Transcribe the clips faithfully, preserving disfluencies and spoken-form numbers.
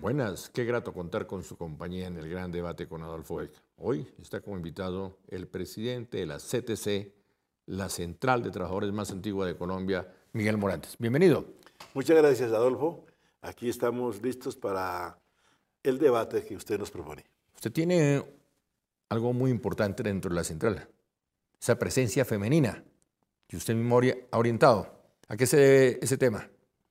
Buenas, qué grato contar con su compañía en el gran debate con Adolfo Beck. Hoy está como invitado el presidente de la C T C, la central de trabajadores más antigua de Colombia, Miguel Morantes. Bienvenido. Muchas gracias, Adolfo. Aquí estamos listos para el debate que usted nos propone. Usted tiene algo muy importante dentro de la central, esa presencia femenina que usted mismo ha orientado. ¿A qué se debe ese tema?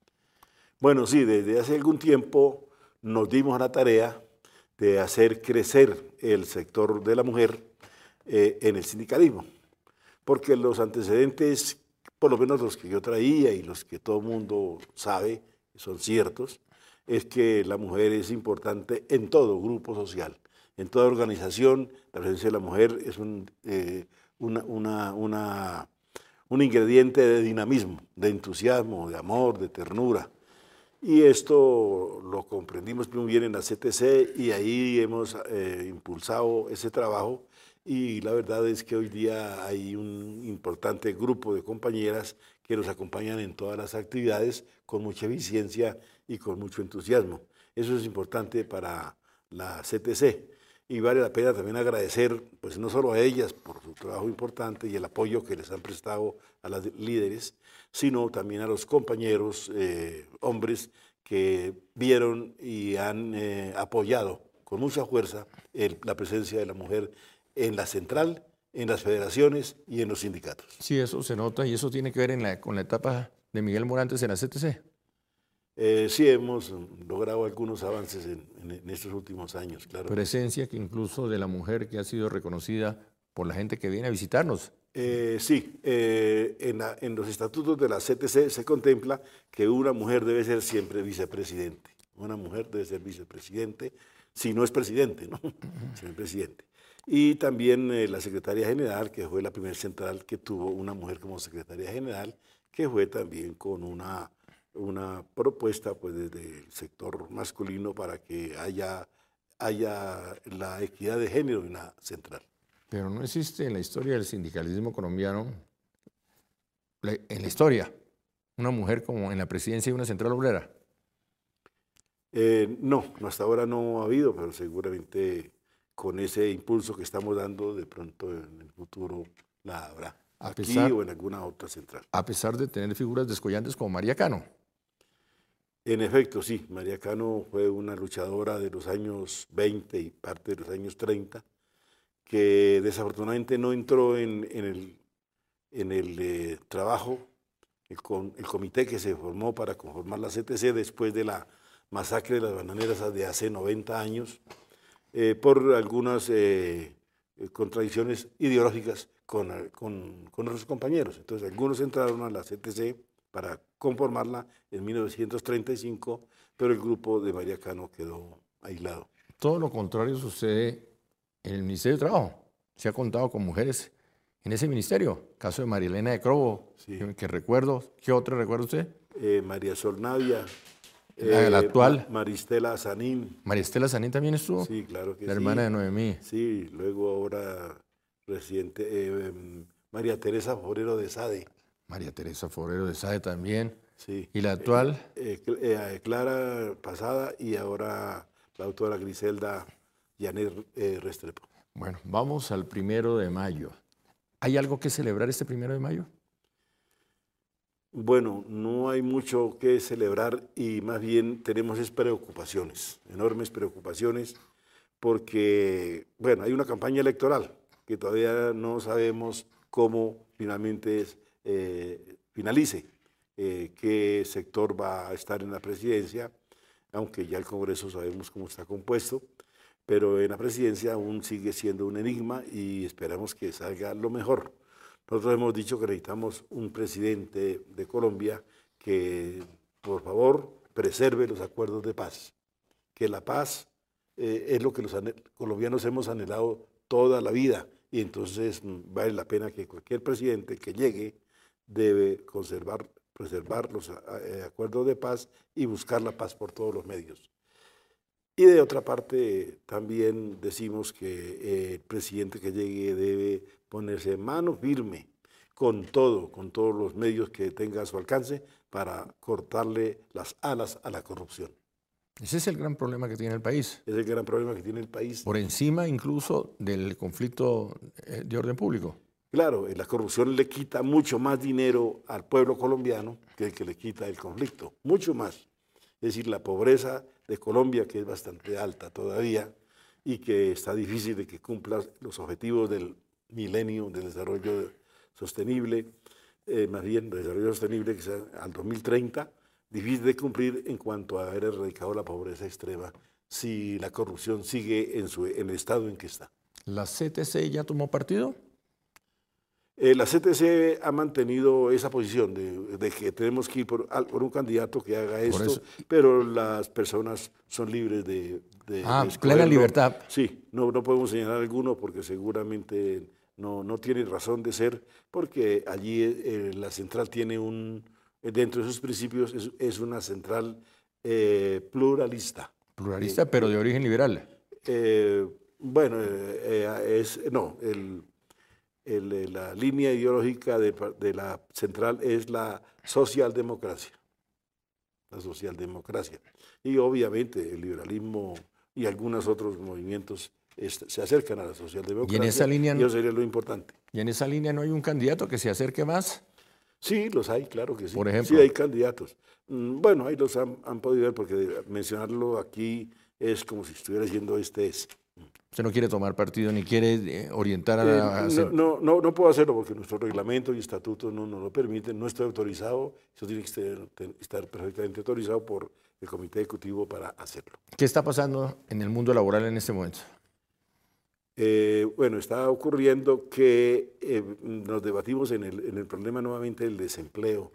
Bueno, sí, desde hace algún tiempo nos dimos a la tarea de hacer crecer el sector de la mujer eh, en el sindicalismo, porque los antecedentes, por lo menos los que yo traía y los que todo el mundo sabe, son ciertos, es que la mujer es importante en todo grupo social, en toda organización. La presencia de la mujer es un, eh, una, una, una, un ingrediente de dinamismo, de entusiasmo, de amor, de ternura. Y esto lo comprendimos muy bien en la C T C y ahí hemos eh, impulsado ese trabajo, y la verdad es que hoy día hay un importante grupo de compañeras que nos acompañan en todas las actividades con mucha eficiencia y con mucho entusiasmo. Eso es importante para la C T C y vale la pena también agradecer, pues no solo a ellas por su trabajo importante y el apoyo que les han prestado a las líderes, sino también a los compañeros eh, hombres que vieron y han eh, apoyado con mucha fuerza el, la presencia de la mujer en la central, en las federaciones y en los sindicatos. Sí, eso se nota y eso tiene que ver en la, con la etapa de Miguel Morantes en la C T C. Eh, sí, hemos logrado algunos avances en, en, en estos últimos años, claro. Presencia que incluso de la mujer que ha sido reconocida por la gente que viene a visitarnos. Eh, sí, eh, en, la, en los estatutos de la C T C se contempla que una mujer debe ser siempre vicepresidente. Una mujer debe ser vicepresidente, si no es presidente, ¿no? Si no es presidente. Y también eh, la secretaria general, que fue la primera central que tuvo una mujer como secretaria general, que fue también con una, una propuesta pues, desde el sector masculino para que haya, haya la equidad de género en la central. Pero no existe en la historia del sindicalismo colombiano, en la historia, una mujer como en la presidencia de una central obrera. Eh, no, hasta ahora no ha habido, pero seguramente con ese impulso que estamos dando, de pronto en el futuro la habrá, A aquí pesar, o en alguna otra central. a pesar de tener figuras descollantes como María Cano. En efecto, sí, María Cano fue una luchadora de los años veinte y parte de los años treinta, que desafortunadamente no entró en, en el, en el eh, trabajo, el, con, el comité que se formó para conformar la C T C después de la masacre de las bananeras de hace noventa años, eh, por algunas eh, contradicciones ideológicas con, con, con nuestros compañeros. Entonces, algunos entraron a la C T C para conformarla en mil novecientos treinta y cinco, pero el grupo de María Cano quedó aislado. Todo lo contrario sucede en el Ministerio de Trabajo. Se ha contado con mujeres en ese ministerio. Caso de María Elena de Crobo, Sí. que, que recuerdo. ¿Qué otro recuerda usted? Eh, María Sol Navia, La, la eh, actual. Ma Maristela Sanín. María Estela Sanín también estuvo. Sí, claro que La sí. hermana de Noemí. Sí, luego ahora reciente, eh, María Teresa Forero de Sade. María Teresa Forero de Sade también. Sí. ¿Y la actual? Eh, eh, eh, Clara Pasada y ahora la autora Griselda Janet eh, Restrepo. Bueno, vamos al primero de mayo. ¿Hay algo que celebrar este primero de mayo? Bueno, no hay mucho que celebrar y más bien tenemos es preocupaciones, enormes preocupaciones, porque, bueno, hay una campaña electoral que todavía no sabemos cómo finalmente eh, finalice, eh, qué sector va a estar en la presidencia, aunque ya el Congreso sabemos cómo está compuesto, pero en la presidencia aún sigue siendo un enigma y esperamos que salga lo mejor. Nosotros hemos dicho que necesitamos un presidente de Colombia que, por favor, preserve los acuerdos de paz, que la paz eh, es lo que los colombianos hemos anhelado toda la vida, y entonces vale la pena que cualquier presidente que llegue debe conservar, preservar los eh, acuerdos de paz y buscar la paz por todos los medios. Y de otra parte, también decimos que eh, el presidente que llegue debe ponerse mano firme con todo, con todos los medios que tenga a su alcance para cortarle las alas a la corrupción. Ese es el gran problema que tiene el país. Es el gran problema que tiene el país. Por encima incluso del conflicto de orden público. Claro, la corrupción le quita mucho más dinero al pueblo colombiano que el que le quita el conflicto, mucho más. Es decir, la pobreza de Colombia, que es bastante alta todavía y que está difícil de que cumpla los objetivos del milenio del desarrollo sostenible, eh, más bien del desarrollo sostenible que sea al dos mil treinta, difícil de cumplir en cuanto a haber erradicado la pobreza extrema si la corrupción sigue en, su, en el estado en que está. ¿La C T C ya tomó partido? Eh, la C T C ha mantenido esa posición de, de que tenemos que ir por, por un candidato que haga esto, pero las personas son libres de... de ah, de plena libertad. Sí, no, no podemos señalar alguno porque seguramente no, no tiene razón de ser, porque allí eh, la central tiene un... Dentro de sus principios es, es una central eh, pluralista. Pluralista, eh, pero de origen liberal. Eh, bueno, eh, eh, es... No, el... El, la línea ideológica de, de la central es la socialdemocracia, la socialdemocracia. Y obviamente el liberalismo y algunos otros movimientos es, se acercan a la socialdemocracia. ¿Y en esa línea, y eso sería lo importante. ¿Y en esa línea no hay un candidato que se acerque más? Sí, los hay, claro que sí. Por ejemplo. Sí, hay candidatos. Bueno, ahí los han, han podido ver porque mencionarlo aquí es como si estuviera haciendo este es. Usted no quiere tomar partido ni quiere orientar a... Eh, no, no, no, no puedo hacerlo porque nuestro reglamento y estatuto no nos lo permiten, no estoy autorizado, eso tiene que estar, estar perfectamente autorizado por el comité ejecutivo para hacerlo. ¿Qué está pasando en el mundo laboral en este momento? Eh, bueno, está ocurriendo que eh, nos debatimos en el, en el problema nuevamente del desempleo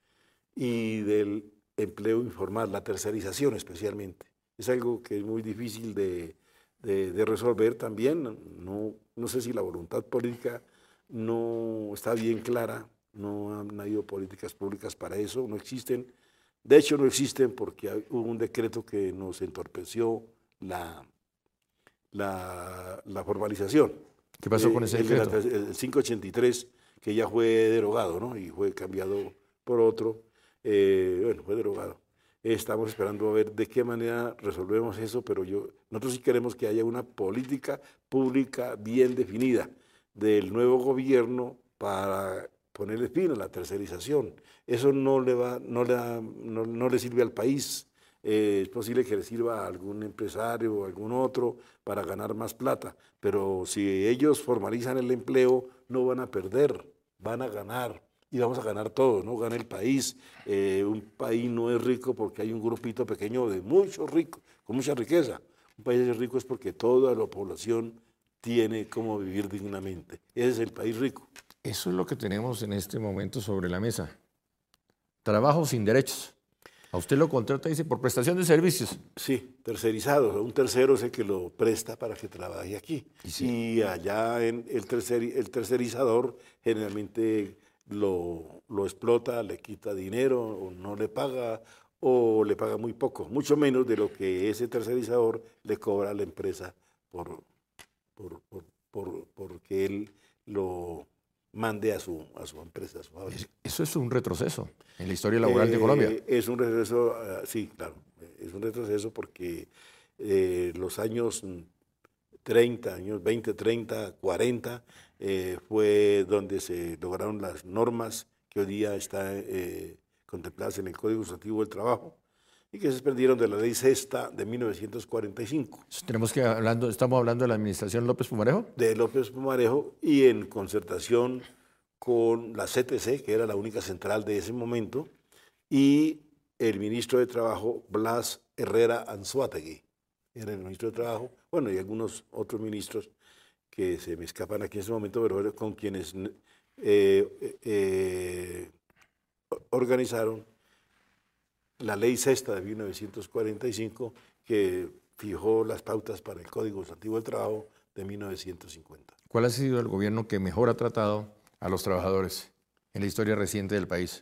y del empleo informal, la tercerización especialmente. Es algo que es muy difícil de... De, de resolver también. No, no sé si la voluntad política no está bien clara, no han habido políticas públicas para eso, no existen. De hecho, no existen porque hubo un decreto que nos entorpeció la, la, la formalización. ¿Qué pasó con ese el, decreto? El, el quinientos ochenta y tres, que ya fue derogado, ¿no? Y fue cambiado por otro. Eh, bueno, fue derogado. Estamos esperando a ver de qué manera resolvemos eso, pero yo, nosotros sí queremos que haya una política pública bien definida del nuevo gobierno para ponerle fin a la tercerización. Eso no le, va, no le, da, no, no le sirve al país. Eh, es posible que le sirva a algún empresario o algún otro para ganar más plata, pero si ellos formalizan el empleo, no van a perder, van a ganar. Y vamos a ganar todos, ¿no? Gana el país. Eh, un país no es rico porque hay un grupito pequeño de muchos ricos, con mucha riqueza. Un país es rico es porque toda la población tiene cómo vivir dignamente. Ese es el país rico. Eso es lo que tenemos en este momento sobre la mesa. Trabajo sin derechos. A usted lo contrata, dice, por prestación de servicios. Sí, tercerizado. Un tercero es el que lo presta para que trabaje aquí. Y, sí. y allá en el, tercer, el tercerizador generalmente... Lo, lo explota, le quita dinero, o no le paga, o le paga muy poco, mucho menos de lo que ese tercerizador le cobra a la empresa por, por, por, por, por que él lo mande a su, a su empresa, a su fábrica. Eso es un retroceso en la historia laboral eh, de Colombia. Es un retroceso, uh, sí, claro, es un retroceso porque eh, los años treinta, años veinte, treinta, cuarenta, eh, fue donde se lograron las normas que hoy día están eh, contempladas en el Código Sustantivo del Trabajo y que se desprendieron de la ley sexta de mil novecientos cuarenta y cinco. Tenemos que hablando, estamos hablando de la administración López Pumarejo. De López Pumarejo y en concertación con la C T C, que era la única central de ese momento, y el ministro de Trabajo, Blas Herrera Anzoátegui. Era el ministro de Trabajo, bueno, y algunos otros ministros que se me escapan aquí en ese momento, pero con quienes eh, eh, organizaron la ley sexta de mil novecientos cuarenta y cinco que fijó las pautas para el Código Sustantivo del Trabajo de mil novecientos cincuenta. ¿Cuál ha sido el gobierno que mejor ha tratado a los trabajadores en la historia reciente del país?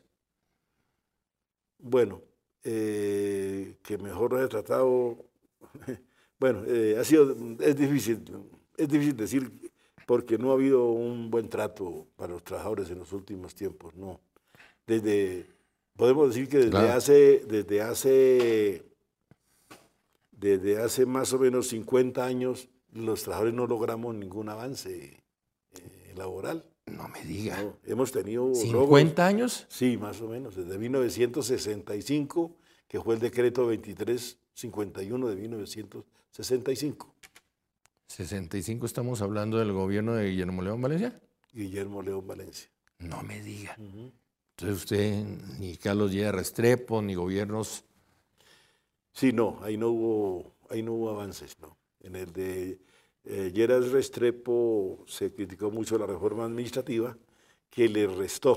Bueno, eh, que mejor ha tratado... Bueno, eh, ha sido, es difícil, es difícil decir porque no ha habido un buen trato para los trabajadores en los últimos tiempos, no. Desde, podemos decir que desde, claro. hace, desde hace desde hace más o menos cincuenta años los trabajadores no logramos ningún avance eh, laboral. No me diga. No, hemos tenido ¿cincuenta logros, años? Sí, más o menos, desde mil novecientos sesenta y cinco, que fue el decreto veintitrés cincuenta y uno de mil novecientos sesenta y cinco. ¿sesenta y cinco estamos hablando del gobierno de Guillermo León Valencia? Guillermo León Valencia. No me diga. Uh-huh. Entonces usted, ni Carlos Lleras Restrepo, ni gobiernos... Sí, no, ahí no hubo, ahí no hubo avances, no. En el de eh, Lleras Restrepo se criticó mucho la reforma administrativa que le restó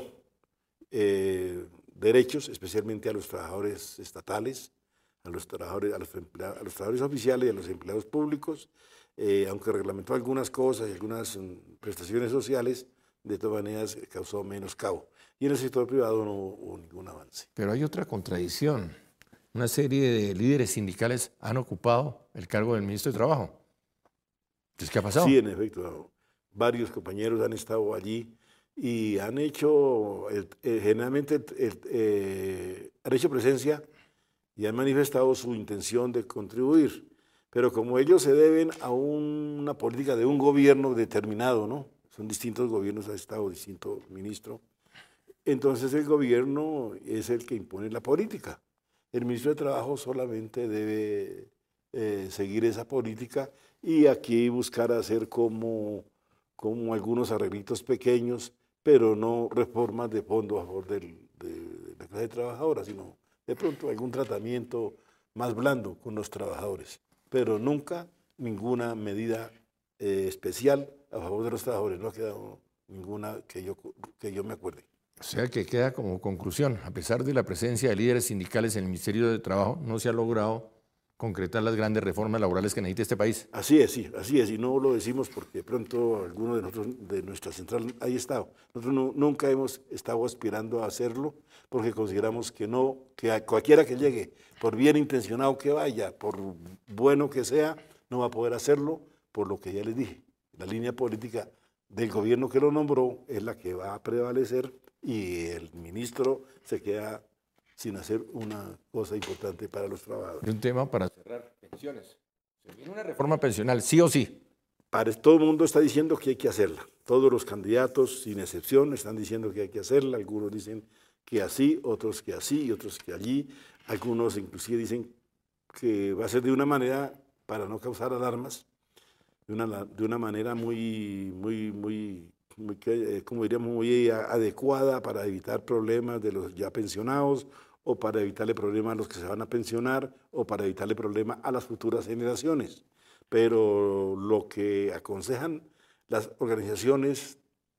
eh, derechos, especialmente a los trabajadores estatales, a los trabajadores, a los, a los trabajadores oficiales y a los empleados públicos, eh, aunque reglamentó algunas cosas y algunas um, prestaciones sociales, de todas maneras causó menoscabo. Y en el sector privado no hubo ningún avance. Pero hay otra contradicción. Una serie de líderes sindicales han ocupado el cargo del ministro de Trabajo. Entonces, ¿qué ha pasado? Sí, en efecto. Varios compañeros han estado allí y han hecho, el, eh, generalmente, el, eh, han hecho presencia y han manifestado su intención de contribuir. Pero como ellos se deben a un, una política de un gobierno determinado, ¿no? Son distintos gobiernos, ha estado distinto ministro. Entonces el gobierno es el que impone la política. El ministro de Trabajo solamente debe eh, seguir esa política y aquí buscar hacer como, como algunos arreglitos pequeños, pero no reformas de fondo a favor del, de, de la clase trabajadora, sino de pronto algún tratamiento más blando con los trabajadores, pero nunca ninguna medida eh, especial a favor de los trabajadores. No ha quedado ninguna que yo, que yo me acuerde. O sea que queda como conclusión, a pesar de la presencia de líderes sindicales en el Ministerio de Trabajo, no se ha logrado concretar las grandes reformas laborales que necesita este país. Así es, sí, así es, y no lo decimos porque de pronto alguno de nosotros, de nuestra central, ahí estado. Nosotros no, nunca hemos estado aspirando a hacerlo porque consideramos que no, que a cualquiera que llegue, por bien intencionado que vaya, por bueno que sea, no va a poder hacerlo por lo que ya les dije. La línea política del gobierno que lo nombró es la que va a prevalecer y el ministro se queda sin hacer una cosa importante para los trabajadores. Y un tema para cerrar, pensiones. ¿Se viene una reforma pensional, sí o sí? Para, todo el mundo está diciendo que hay que hacerla. Todos los candidatos, sin excepción, están diciendo que hay que hacerla. Algunos dicen que así, otros que así y otros que allí. Algunos inclusive dicen que va a ser de una manera para no causar alarmas, de una, de una manera muy, muy, muy, muy, como diríamos, muy adecuada para evitar problemas de los ya pensionados o para evitarle problemas a los que se van a pensionar o para evitarle problemas a las futuras generaciones. Pero lo que aconsejan las organizaciones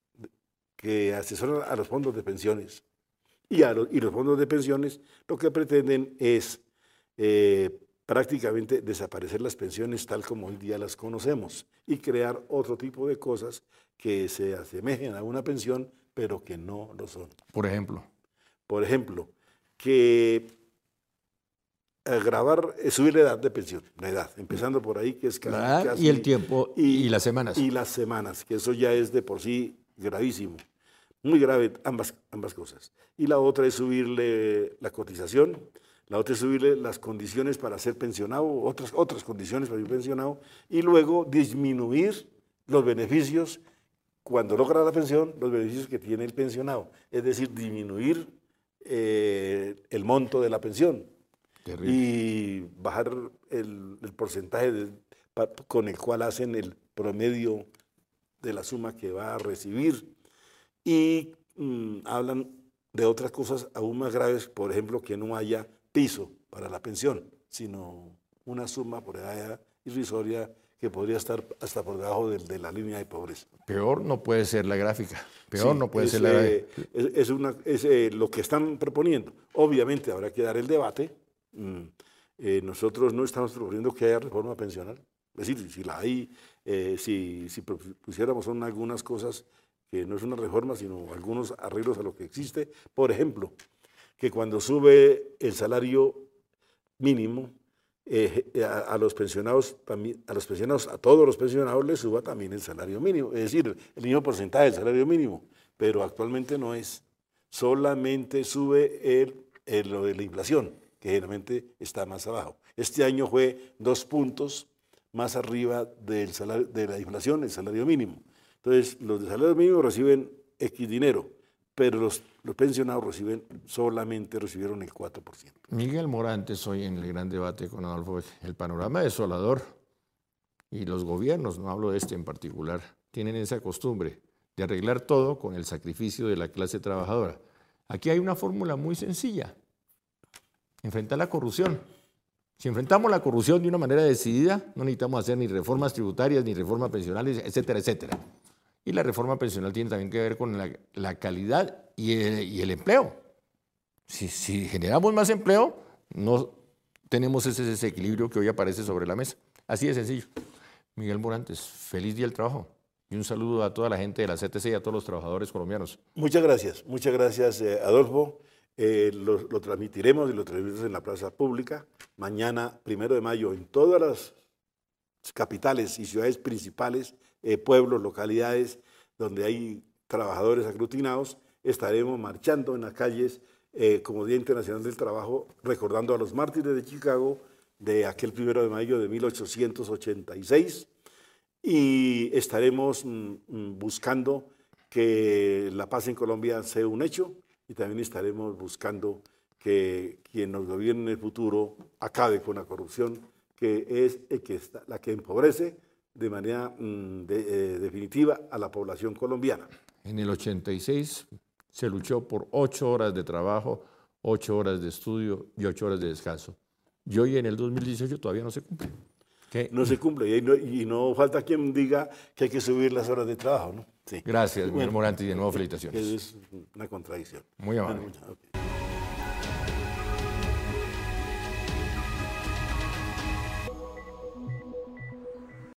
que asesoran a los fondos de pensiones y, a los, y los fondos de pensiones lo que pretenden es eh, prácticamente desaparecer las pensiones tal como hoy día las conocemos y crear otro tipo de cosas que se asemejen a una pensión, pero que no lo son. Por ejemplo. Por ejemplo, que agravar, subir la edad de pensión, la edad, empezando por ahí, que es casi, la edad casi, y el tiempo y, y las semanas. Y las semanas, que eso ya es de por sí gravísimo. Muy grave ambas, ambas cosas. Y la otra es subirle la cotización, la otra es subirle las condiciones para ser pensionado, otras, otras condiciones para ser pensionado, y luego disminuir los beneficios, cuando logra la pensión, los beneficios que tiene el pensionado. Es decir, disminuir eh, el monto de la pensión. Terrible. Y bajar el, el porcentaje de, pa, con el cual hacen el promedio de la suma que va a recibir. Y mmm, hablan de otras cosas aún más graves, por ejemplo, que no haya piso para la pensión, sino una suma por allá irrisoria que podría estar hasta por debajo de, de la línea de pobreza. Peor no puede ser la gráfica, peor sí, no puede es, ser la... Eh, es, es, una, es eh, lo que están proponiendo. Obviamente habrá que dar el debate. Mm, eh, nosotros no estamos proponiendo que haya reforma pensional. Es decir, si la hay, eh, si, si pusiéramos son algunas cosas que no es una reforma, sino algunos arreglos a lo que existe. Por ejemplo, que cuando sube el salario mínimo, eh, a, a los pensionados, también, a los pensionados, a todos los pensionados les suba también el salario mínimo, es decir, el mismo porcentaje del salario mínimo, pero actualmente no es. Solamente sube el, el, lo de la inflación, que generalmente está más abajo. Este año fue dos puntos más arriba del salario, de la inflación, el salario mínimo. Entonces, los de salario mínimo reciben X dinero, pero los, los pensionados reciben, solamente recibieron el cuatro por ciento. Miguel Morantes, hoy en el gran debate con Adolfo, el panorama desolador y los gobiernos, no hablo de este en particular, tienen esa costumbre de arreglar todo con el sacrificio de la clase trabajadora. Aquí hay una fórmula muy sencilla: enfrentar la corrupción. Si enfrentamos la corrupción de una manera decidida, no necesitamos hacer ni reformas tributarias, ni reformas pensionales, etcétera, etcétera. Y la reforma pensional tiene también que ver con la, la calidad y el, y el empleo. Si, si generamos más empleo, no tenemos ese desequilibrio que hoy aparece sobre la mesa. Así de sencillo. Miguel Morantes, feliz día del trabajo. Y un saludo a toda la gente de la C T C y a todos los trabajadores colombianos. Muchas gracias, muchas gracias, eh, Adolfo. Eh, lo, lo transmitiremos y lo transmitiremos en la plaza pública mañana, primero de mayo, en todas las capitales y ciudades principales, eh, pueblos, localidades donde hay trabajadores aglutinados. Estaremos marchando en las calles eh, como Día Internacional del Trabajo, recordando a los mártires de Chicago de aquel primero de mayo de mil ochocientos ochenta y seis, y estaremos mm, buscando que la paz en Colombia sea un hecho, y también estaremos buscando que quien nos gobierne en el futuro acabe con la corrupción, que es el que está, la que empobrece de manera mm, de, eh, definitiva a la población colombiana. En el ochenta y seis se luchó por ocho horas de trabajo, ocho horas de estudio y ocho horas de descanso. Y hoy en el dos mil dieciocho todavía no se cumple. ¿Qué? No se cumple, y no, y no falta quien diga que hay que subir las horas de trabajo, ¿no? Sí. Gracias, Miguel Morantes, y de nuevo felicitaciones. Es una contradicción. Muy amable. Bueno, okay.